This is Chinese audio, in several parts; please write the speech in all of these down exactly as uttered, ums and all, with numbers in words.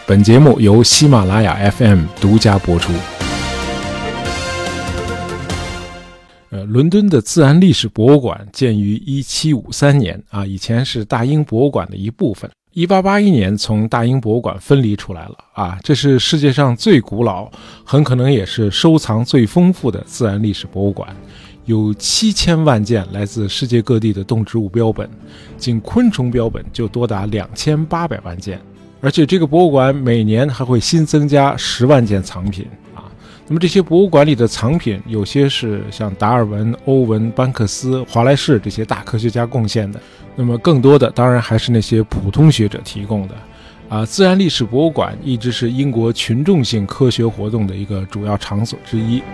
本节目由喜马拉雅 F M 独家播出。呃，伦敦的自然历史博物馆建于一七五三年啊，以前是大英博物馆的一部分。一八八一年从大英博物馆分离出来了啊，这是世界上最古老，很可能也是收藏最丰富的自然历史博物馆，有七千万件来自世界各地的动植物标本，仅昆虫标本就多达两千八百万件，而且这个博物馆每年还会新增加十万件藏品啊。那么这些博物馆里的藏品，有些是像达尔文、欧文、班克斯、华莱士这些大科学家贡献的，那么更多的当然还是那些普通学者提供的啊。自然历史博物馆一直是英国群众性科学活动的一个主要场所之一。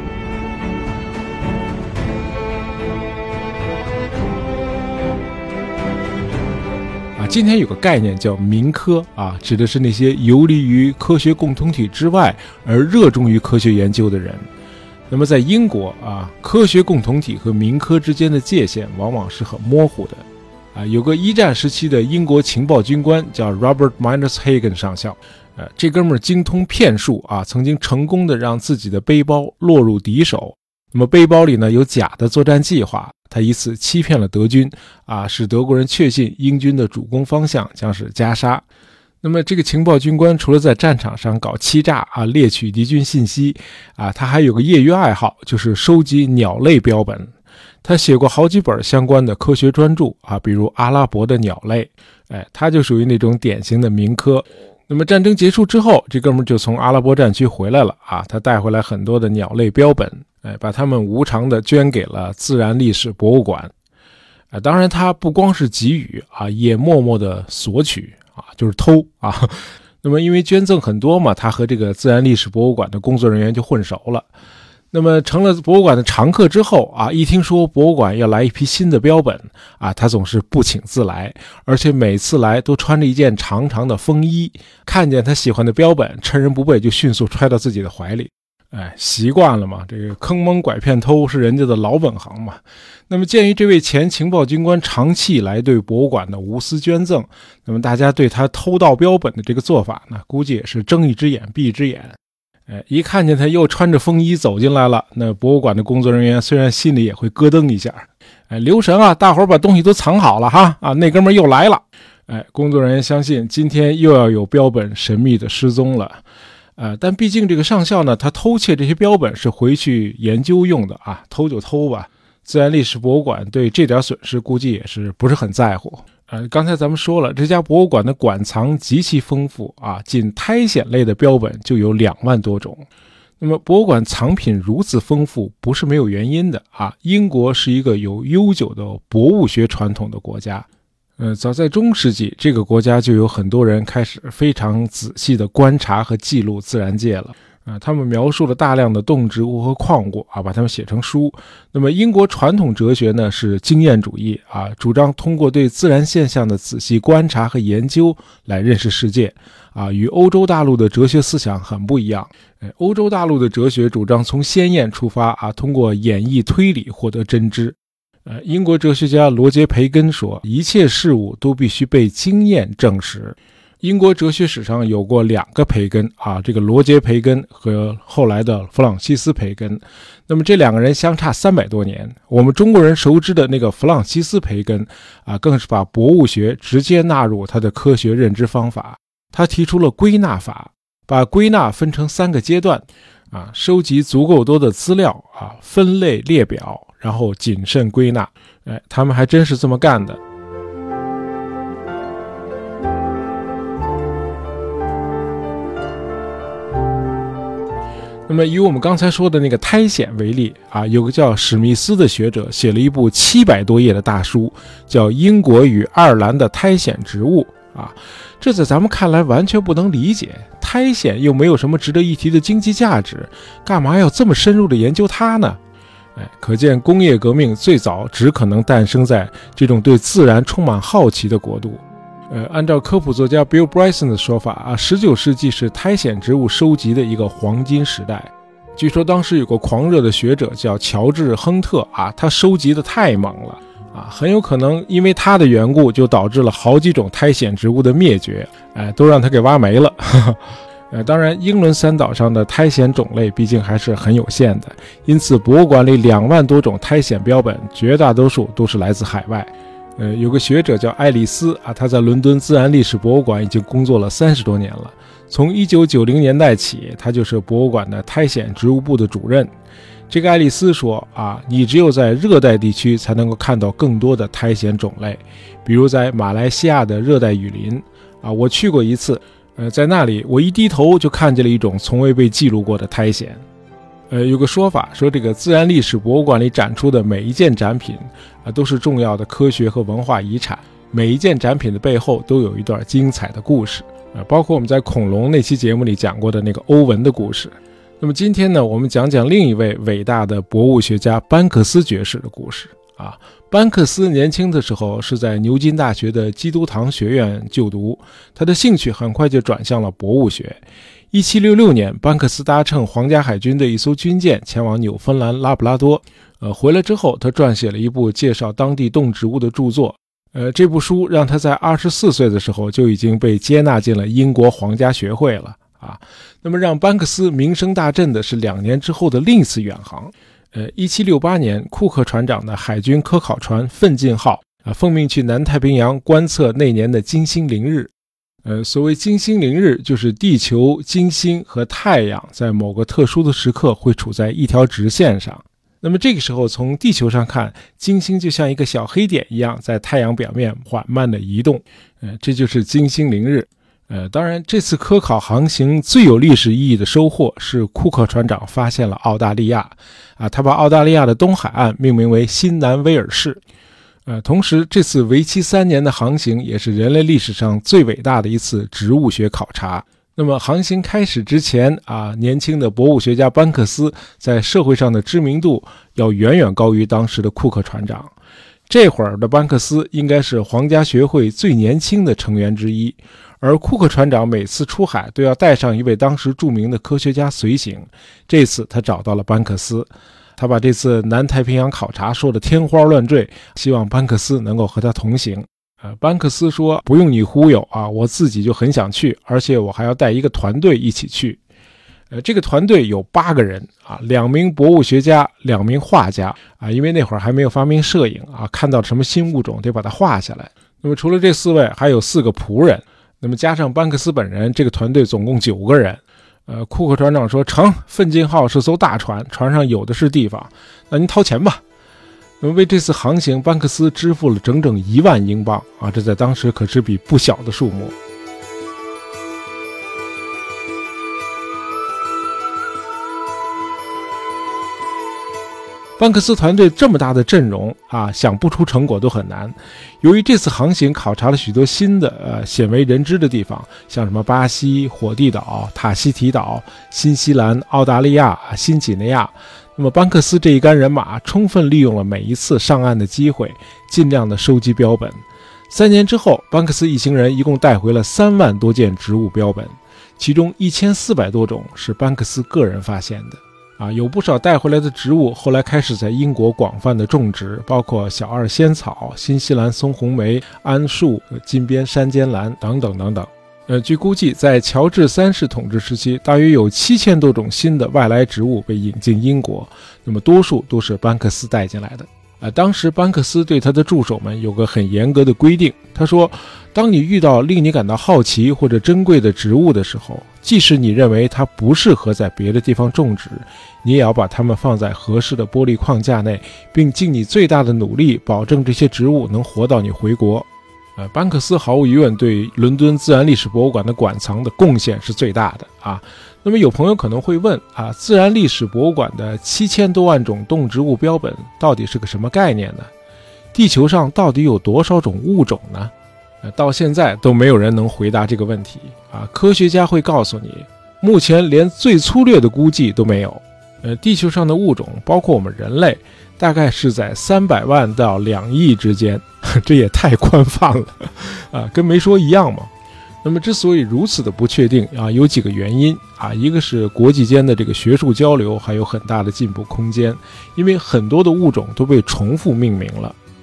今天有个概念叫民科啊，指的是那些游离于科学共同体之外而热衷于科学研究的人。那么在英国啊，科学共同体和民科之间的界限往往是很模糊的啊。有个一战时期的英国情报军官叫 Robert Minus Hagen 上校，呃，这哥们儿精通骗术啊，曾经成功的让自己的背包落入敌手。那么背包里呢有假的作战计划，他以此欺骗了德军啊，使德国人确信英军的主攻方向将是加沙。那么这个情报军官除了在战场上搞欺诈啊，猎取敌军信息啊，他还有个业余爱好，就是收集鸟类标本。他写过好几本相关的科学专著啊，比如阿拉伯的鸟类，哎，他就属于那种典型的民科。那么战争结束之后，这哥们就从阿拉伯战区回来了啊，他带回来很多的鸟类标本，哎，把他们无偿的捐给了自然历史博物馆。啊，当然他不光是给予啊，也默默的索取啊，就是偷啊。那么因为捐赠很多嘛，他和这个自然历史博物馆的工作人员就混熟了。那么成了博物馆的常客之后啊，一听说博物馆要来一批新的标本啊，他总是不请自来，而且每次来都穿着一件长长的风衣，看见他喜欢的标本，趁人不备就迅速揣到自己的怀里。哎，习惯了嘛，这个坑蒙拐骗偷是人家的老本行嘛。那么鉴于这位前情报军官长期以来对博物馆的无私捐赠，那么大家对他偷盗标本的这个做法呢，估计也是睁一只眼闭一只眼。哎，一看见他又穿着风衣走进来了，那博物馆的工作人员虽然心里也会咯噔一下，哎，留神啊，大伙儿把东西都藏好了哈，啊，那哥们儿又来了。哎，工作人员相信今天又要有标本神秘的失踪了。呃，但毕竟这个上校呢，他偷窃这些标本是回去研究用的啊，偷就偷吧。自然历史博物馆对这点损失估计也是不是很在乎。呃，刚才咱们说了，这家博物馆的馆藏极其丰富啊，仅苔藓类的标本就有两万多种。那么博物馆藏品如此丰富，不是没有原因的啊。英国是一个有悠久的博物学传统的国家。呃，早在中世纪，这个国家就有很多人开始非常仔细的观察和记录自然界了。啊，他们描述了大量的动植物和矿物啊，把它们写成书。那么英国传统哲学呢是经验主义啊，主张通过对自然现象的仔细观察和研究来认识世界啊，与欧洲大陆的哲学思想很不一样。哎，欧洲大陆的哲学主张从先验出发啊，通过演绎推理获得真知。呃，英国哲学家罗杰·培根说，一切事物都必须被经验证实。英国哲学史上有过两个培根啊，这个罗杰·培根和后来的弗朗西斯·培根。那么这两个人相差三百多年。我们中国人熟知的那个弗朗西斯·培根啊，更是把博物学直接纳入他的科学认知方法。他提出了归纳法，把归纳分成三个阶段啊，收集足够多的资料啊，分类列表，然后谨慎归纳。哎，他们还真是这么干的。那么以我们刚才说的那个苔藓为例啊，有个叫史密斯的学者写了一部七百多页的大书，叫《英国与爱尔兰的苔藓植物》啊。这在咱们看来完全不能理解，苔藓又没有什么值得一提的经济价值，干嘛要这么深入的研究它呢？哎，可见工业革命最早只可能诞生在这种对自然充满好奇的国度。呃，按照科普作家 Bill Bryson 的说法啊，十九世纪是苔藓植物收集的一个黄金时代。据说当时有个狂热的学者叫乔治·亨特啊，他收集的太猛了啊，很有可能因为它的缘故，就导致了好几种苔藓植物的灭绝，哎，都让它给挖没了。呃，当然，英伦三岛上的苔藓种类毕竟还是很有限的，因此博物馆里两万多种苔藓标本，绝大多数都是来自海外。呃，有个学者叫爱丽丝啊，他在伦敦自然历史博物馆已经工作了三十多年了。从一九九零年代起，他就是博物馆的苔藓植物部的主任。这个爱丽丝说啊，你只有在热带地区才能够看到更多的苔藓种类，比如在马来西亚的热带雨林啊，我去过一次。呃，在那里，我一低头就看见了一种从未被记录过的苔藓。呃，有个说法说，这个自然历史博物馆里展出的每一件展品啊，都是重要的科学和文化遗产。每一件展品的背后都有一段精彩的故事啊，包括我们在恐龙那期节目里讲过的那个欧文的故事。那么今天呢，我们讲讲另一位伟大的博物学家班克斯爵士的故事啊。班克斯年轻的时候是在牛津大学的基督堂学院就读，他的兴趣很快就转向了博物学。一七六六年，班克斯搭乘皇家海军的一艘军舰前往纽芬兰拉布拉多。呃，回来之后，他撰写了一部介绍当地动植物的著作。呃，这部书让他在二十四岁的时候就已经被接纳进了英国皇家学会了啊。那么让班克斯名声大振的是两年之后的另一次远航。呃，一七六八年，库克船长的海军科考船奋进号啊，奉命去南太平洋观测那年的金星凌日。呃，所谓金星凌日，就是地球、金星和太阳在某个特殊的时刻会处在一条直线上。那么这个时候，从地球上看，金星就像一个小黑点一样，在太阳表面缓慢地移动。呃，这就是金星凌日。呃，当然，这次科考航行最有历史意义的收获是库克船长发现了澳大利亚，啊，他把澳大利亚的东海岸命名为新南威尔士。呃，同时，这次为期三年的航行也是人类历史上最伟大的一次植物学考察。那么，航行开始之前啊，年轻的博物学家班克斯在社会上的知名度要远远高于当时的库克船长。这会儿的班克斯应该是皇家学会最年轻的成员之一。而库克船长每次出海都要带上一位当时著名的科学家随行，这次他找到了班克斯，他把这次南太平洋考察说得天花乱坠，希望班克斯能够和他同行。呃，班克斯说不用你忽悠啊，我自己就很想去，而且我还要带一个团队一起去。呃，这个团队有八个人啊，两名博物学家，两名画家啊，因为那会儿还没有发明摄影啊，看到什么新物种得把它画下来。那么除了这四位，还有四个仆人。那么加上班克斯本人，这个团队总共九个人。呃，库克船长说成，奋进号是艘大船，船上有的是地方，那您掏钱吧。那么为这次航行，班克斯支付了整整一万英镑啊，这在当时可是笔不小的数目。班克斯团队这么大的阵容啊，想不出成果都很难。由于这次航行考察了许多新的呃鲜为人知的地方，像什么巴西、火地岛、塔希提岛、新西兰、澳大利亚、新几内亚，那么班克斯这一干人马充分利用了每一次上岸的机会，尽量的收集标本。三年之后，班克斯一行人一共带回了三万多件植物标本，其中一千四百多种是班克斯个人发现的。啊，有不少带回来的植物后来开始在英国广泛的种植，包括小二仙草、新西兰松红梅、桉树、金边山尖兰等等等等。呃，据估计，在乔治三世统治时期，大约有七千多种新的外来植物被引进英国，那么多数都是班克斯带进来的。呃，当时班克斯对他的助手们有个很严格的规定，他说，当你遇到令你感到好奇或者珍贵的植物的时候，即使你认为它不适合在别的地方种植，你也要把它们放在合适的玻璃框架内，并尽你最大的努力保证这些植物能活到你回国。呃，班克斯毫无疑问对伦敦自然历史博物馆的馆藏的贡献是最大的啊。那么有朋友可能会问啊，自然历史博物馆的七千多万种动植物标本到底是个什么概念呢？地球上到底有多少种物种呢？呃，到现在都没有人能回答这个问题啊。科学家会告诉你，目前连最粗略的估计都没有。呃，地球上的物种，包括我们人类，大概是在三百万到两亿之间，这也太宽泛了啊，跟没说一样嘛。那么之所以如此的不确定啊，有几个原因啊，一个是国际间的这个学术交流还有很大的进步空间，因为很多的物种都被重复命名了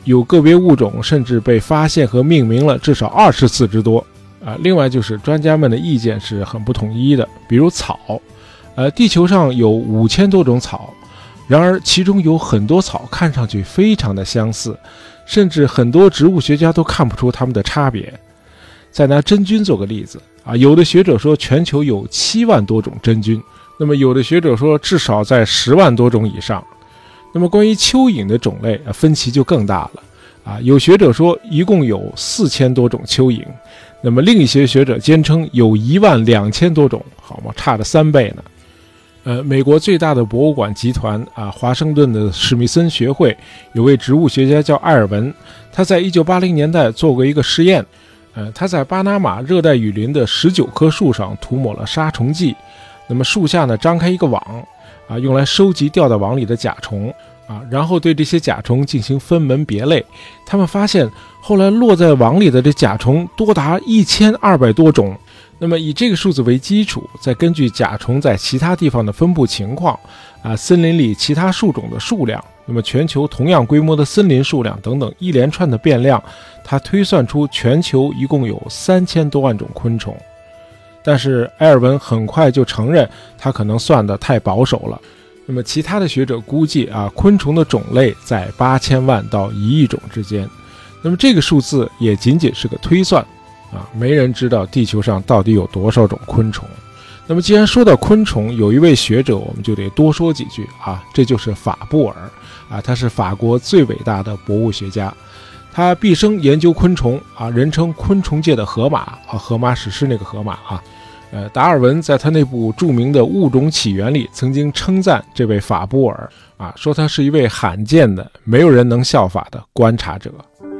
有个别物种甚至被发现和命名了至少二十次之多啊。另外就是专家们的意见是很不统一的，比如草，呃，地球上有五千多种草，然而其中有很多草看上去非常的相似，甚至很多植物学家都看不出它们的差别。再拿真菌做个例子啊，有的学者说全球有七万多种真菌，那么有的学者说至少在十万多种以上。那么关于蚯蚓的种类啊，分歧就更大了啊，有学者说一共有四千多种蚯蚓，那么另一些学者坚称有一万两千多种，好吗？差了三倍呢。呃，美国最大的博物馆集团啊，华盛顿的史密森学会有位植物学家叫埃尔文，他在一九八零年代做过一个实验，呃，他在巴拿马热带雨林的十九棵树上涂抹了杀虫剂，那么树下呢张开一个网啊，用来收集掉到网里的甲虫啊，然后对这些甲虫进行分门别类。他们发现后来落在网里的这甲虫多达一千二百多种。那么以这个数字为基础，再根据甲虫在其他地方的分布情况啊，森林里其他树种的数量，那么全球同样规模的森林数量等等一连串的变量，它推算出全球一共有三千多万种昆虫。但是埃尔文很快就承认他可能算得太保守了。那么其他的学者估计啊，昆虫的种类在八千万到一亿种之间。那么这个数字也仅仅是个推算啊，没人知道地球上到底有多少种昆虫。那么既然说到昆虫，有一位学者我们就得多说几句啊，这就是法布尔啊，他是法国最伟大的博物学家，他毕生研究昆虫啊，人称昆虫界的荷马啊，荷马史诗那个荷马啊。呃，达尔文在他那部著名的《物种起源》里曾经称赞这位法布尔啊，说他是一位罕见的、没有人能效法的观察者。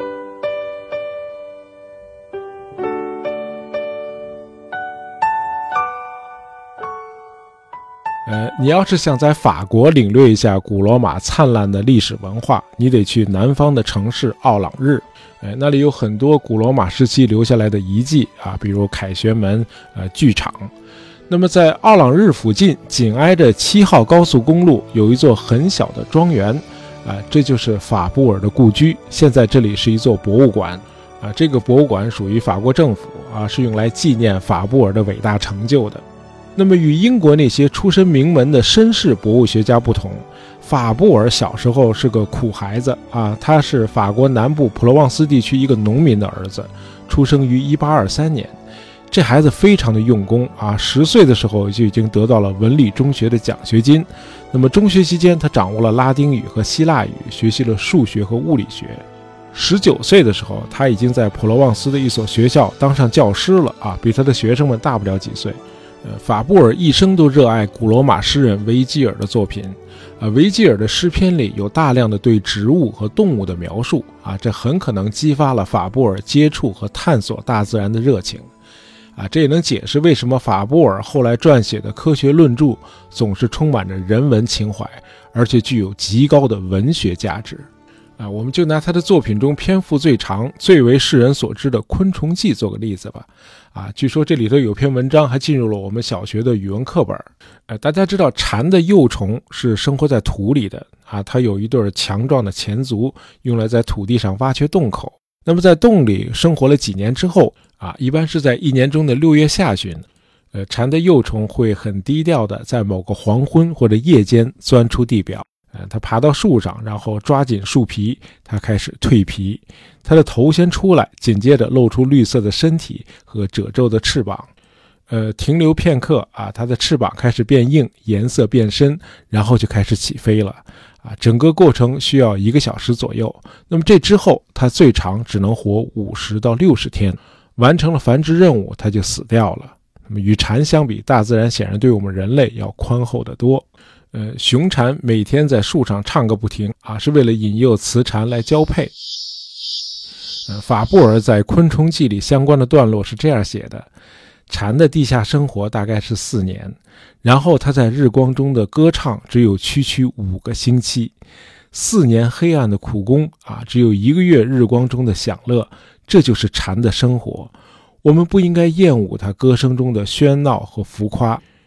呃，你要是想在法国领略一下古罗马灿烂的历史文化，你得去南方的城市奥朗日，呃，那里有很多古罗马时期留下来的遗迹啊，比如凯旋门、呃剧场。那么在奥朗日附近，紧挨着七号高速公路，有一座很小的庄园，啊，这就是法布尔的故居。现在这里是一座博物馆，啊，这个博物馆属于法国政府啊，是用来纪念法布尔的伟大成就的。那么与英国那些出身名门的绅士博物学家不同，法布尔小时候是个苦孩子啊，他是法国南部普罗旺斯地区一个农民的儿子，出生于一八二三年。这孩子非常的用功啊，十岁的时候就已经得到了文理中学的奖学金。那么中学期间，他掌握了拉丁语和希腊语，学习了数学和物理学。十九岁的时候，他已经在普罗旺斯的一所学校当上教师了啊，比他的学生们大不了几岁。呃，法布尔一生都热爱古罗马诗人维基尔的作品，呃，维基尔的诗篇里有大量的对植物和动物的描述啊，这很可能激发了法布尔接触和探索大自然的热情，啊，这也能解释为什么法布尔后来撰写的科学论著总是充满着人文情怀，而且具有极高的文学价值。啊，我们就拿他的作品中篇幅最长、最为世人所知的《昆虫记》做个例子吧。啊，据说这里头有篇文章还进入了我们小学的语文课本。呃，大家知道蝉的幼虫是生活在土里的啊，它有一对强壮的前足，用来在土地上挖掘洞口。那么在洞里生活了几年之后啊，一般是在一年中的六月下旬，呃，蝉的幼虫会很低调的在某个黄昏或者夜间钻出地表。呃，它爬到树上，然后抓紧树皮，它开始蜕皮。它的头先出来，紧接着露出绿色的身体和褶皱的翅膀。呃，停留片刻啊，它的翅膀开始变硬，颜色变深，然后就开始起飞了。啊，整个过程需要一个小时左右。那么这之后，它最长只能活五十到六十天，完成了繁殖任务，它就死掉了。那么与蝉相比，大自然显然对我们人类要宽厚得多。呃，雄蝉每天在树上唱个不停啊，是为了引诱雌蝉来交配。呃，法布尔在《昆虫记》里相关的段落是这样写的：蝉的地下生活大概是四年，然后它在日光中的歌唱只有区区五个星期，四年黑暗的苦工啊，只有一个月日光中的享乐，这就是蝉的生活。我们不应该厌恶它歌声中的喧闹和浮夸。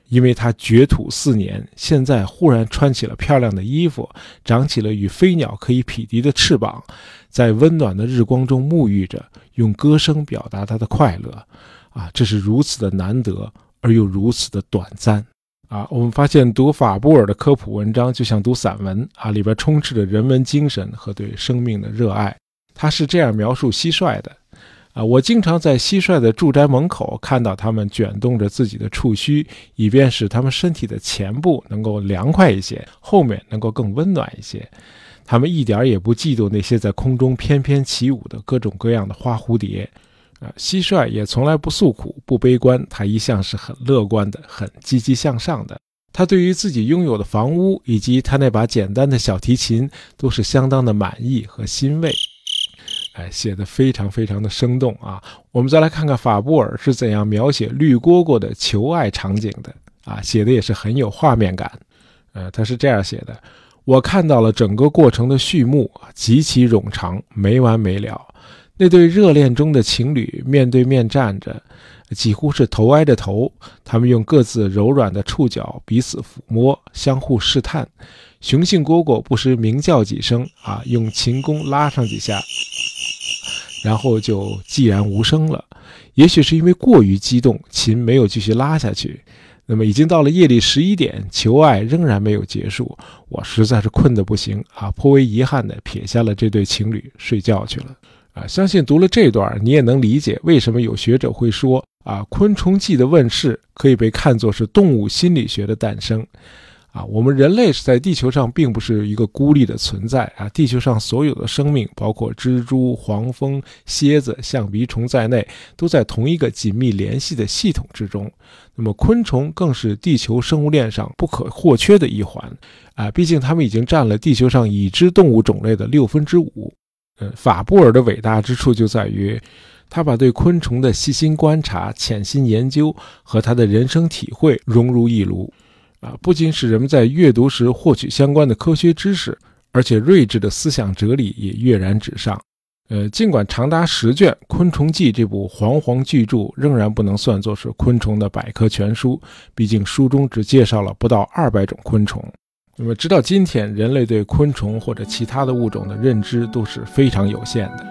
因为它绝土四年，现在忽然穿起了漂亮的衣服，长起了与飞鸟可以匹敌的翅膀，在温暖的日光中沐浴着，用歌声表达它的快乐。啊，这是如此的难得，而又如此的短暂。啊，我们发现读法布尔的科普文章就像读散文啊，里边充斥着人文精神和对生命的热爱。他是这样描述蟋蟀的。啊，我经常在蟋蟀的住宅门口看到它们卷动着自己的触须，以便使它们身体的前部能够凉快一些，后面能够更温暖一些。它们一点也不嫉妒那些在空中翩翩起舞的各种各样的花蝴蝶。啊，蟋蟀也从来不诉苦不悲观，它一向是很乐观的，很积极向上的。他对于自己拥有的房屋以及他那把简单的小提琴都是相当的满意和欣慰。哎，写得非常非常的生动啊！我们再来看看法布尔是怎样描写绿蝈蝈的求爱场景的啊，写的也是很有画面感。呃，他是这样写的：我看到了整个过程的序幕，极其冗长，没完没了。那对热恋中的情侣面对面站着，几乎是头挨着头，他们用各自柔软的触角彼此抚摸，相互试探。雄性蝈蝈不时鸣叫几声啊，用琴弓拉上几下，然后就寂然无声了。也许是因为过于激动，琴没有继续拉下去。那么已经到了夜里十一点，求爱仍然没有结束，我实在是困得不行啊，颇为遗憾地撇下了这对情侣睡觉去了。啊，相信读了这段，你也能理解为什么有学者会说啊，昆虫记的问世可以被看作是动物心理学的诞生。啊，我们人类是在地球上并不是一个孤立的存在啊，地球上所有的生命，包括蜘蛛、黄蜂、蝎子、象鼻虫在内，都在同一个紧密联系的系统之中。那么昆虫更是地球生物链上不可或缺的一环啊，毕竟它们已经占了地球上已知动物种类的六分之五。嗯，法布尔的伟大之处就在于，他把对昆虫的细心观察、潜心研究和他的人生体会融入一炉。啊，不仅使人们在阅读时获取相关的科学知识，而且睿智的思想哲理也跃然纸上。呃，尽管长达十卷，《昆虫记》这部煌煌巨著仍然不能算作是昆虫的百科全书，毕竟书中只介绍了不到二百种昆虫。那么直到今天，人类对昆虫或者其他的物种的认知都是非常有限的。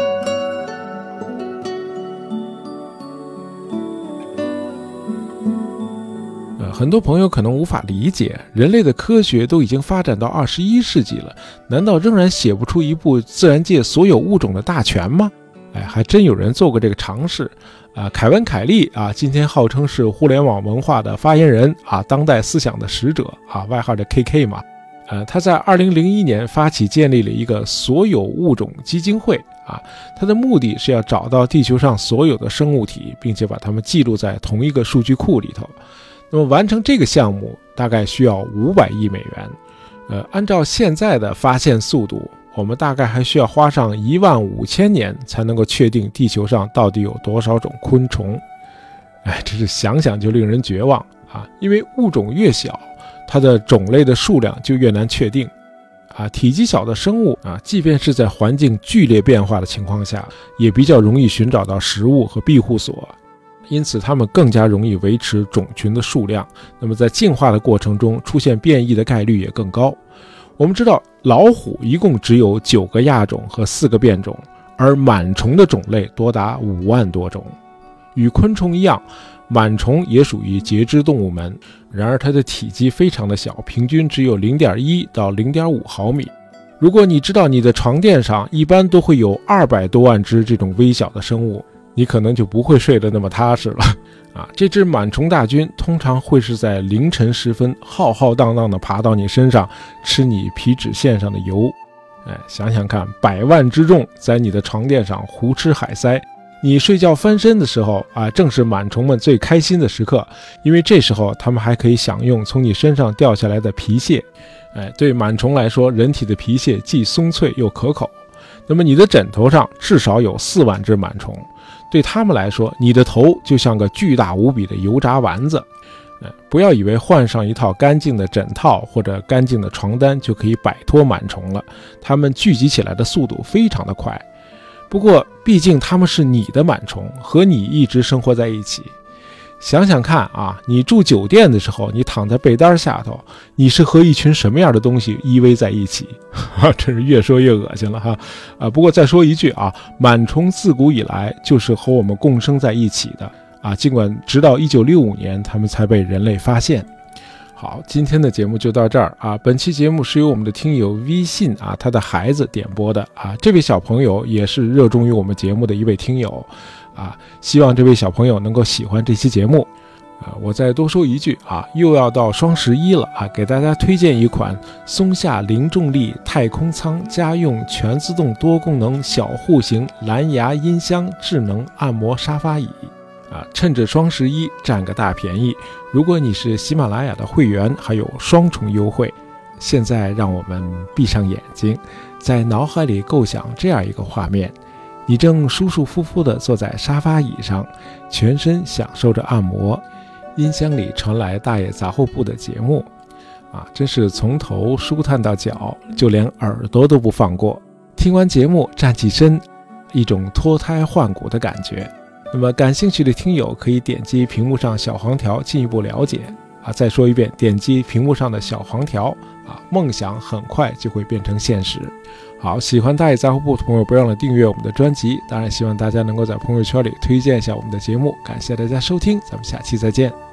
呃，很多朋友可能无法理解，人类的科学都已经发展到二十一世纪了，难道仍然写不出一部自然界所有物种的大全吗？哎，还真有人做过这个尝试。啊，凯文·凯利啊，今天号称是互联网文化的发言人啊，当代思想的使者啊，外号的 K K 嘛。呃，他在二零零一年发起建立了一个所有物种基金会啊，他的目的是要找到地球上所有的生物体，并且把它们记录在同一个数据库里头。那么完成这个项目大概需要五百亿美元。呃，按照现在的发现速度，我们大概还需要花上一万五千年才能够确定地球上到底有多少种昆虫。哎，这是想想就令人绝望啊！因为物种越小，它的种类的数量就越难确定啊。体积小的生物啊，即便是在环境剧烈变化的情况下，也比较容易寻找到食物和庇护所，因此它们更加容易维持种群的数量。那么在进化的过程中出现变异的概率也更高。我们知道老虎一共只有九个亚种和四个变种，而螨虫的种类多达五万多种。与昆虫一样，螨虫也属于节肢动物门，然而它的体积非常的小，平均只有 零点一到零点五毫米。如果你知道你的床垫上一般都会有二百多万只这种微小的生物，你可能就不会睡得那么踏实了啊！这只螨虫大军通常会是在凌晨时分浩浩荡荡地爬到你身上，吃你皮脂腺上的油。哎，想想看，百万之众在你的床垫上胡吃海塞，你睡觉翻身的时候啊，正是螨虫们最开心的时刻，因为这时候它们还可以享用从你身上掉下来的皮屑。哎，对螨虫来说，人体的皮屑既松脆又可口。那么你的枕头上至少有四万只螨虫。对他们来说，你的头就像个巨大无比的油炸丸子。呃，不要以为换上一套干净的枕套或者干净的床单就可以摆脱螨虫了，它们聚集起来的速度非常的快。不过，毕竟它们是你的螨虫，和你一直生活在一起。 想想看啊，你住酒店的时候，你躺在被单下头，你是和一群什么样的东西依偎在一起？真是越说越恶心了哈！啊，不过再说一句啊，螨虫自古以来就是和我们共生在一起的啊，尽管直到一九六五年他们才被人类发现。好，今天的节目就到这儿啊。本期节目是由我们的听友微信啊，他的孩子点播的啊。这位小朋友也是热衷于我们节目的一位听友啊，希望这位小朋友能够喜欢这期节目啊。我再多说一句啊，又要到双十一了啊，给大家推荐一款松下零重力太空舱家用全自动多功能小户型蓝牙音箱智能按摩沙发椅。啊，趁着双十一占个大便宜！如果你是喜马拉雅的会员，还有双重优惠。现在让我们闭上眼睛，在脑海里构想这样一个画面：你正舒舒服服地坐在沙发椅上，全身享受着按摩，音箱里传来大爷杂货铺的节目，啊，真是从头舒坦到脚，就连耳朵都不放过。听完节目站起身，一种脱胎换骨的感觉。那么感兴趣的听友可以点击屏幕上小黄条进一步了解啊。再说一遍，点击屏幕上的小黄条啊，梦想很快就会变成现实。好，喜欢大爷杂货铺的朋友不要忘了订阅我们的专辑，当然希望大家能够在朋友圈里推荐一下我们的节目。感谢大家收听，咱们下期再见。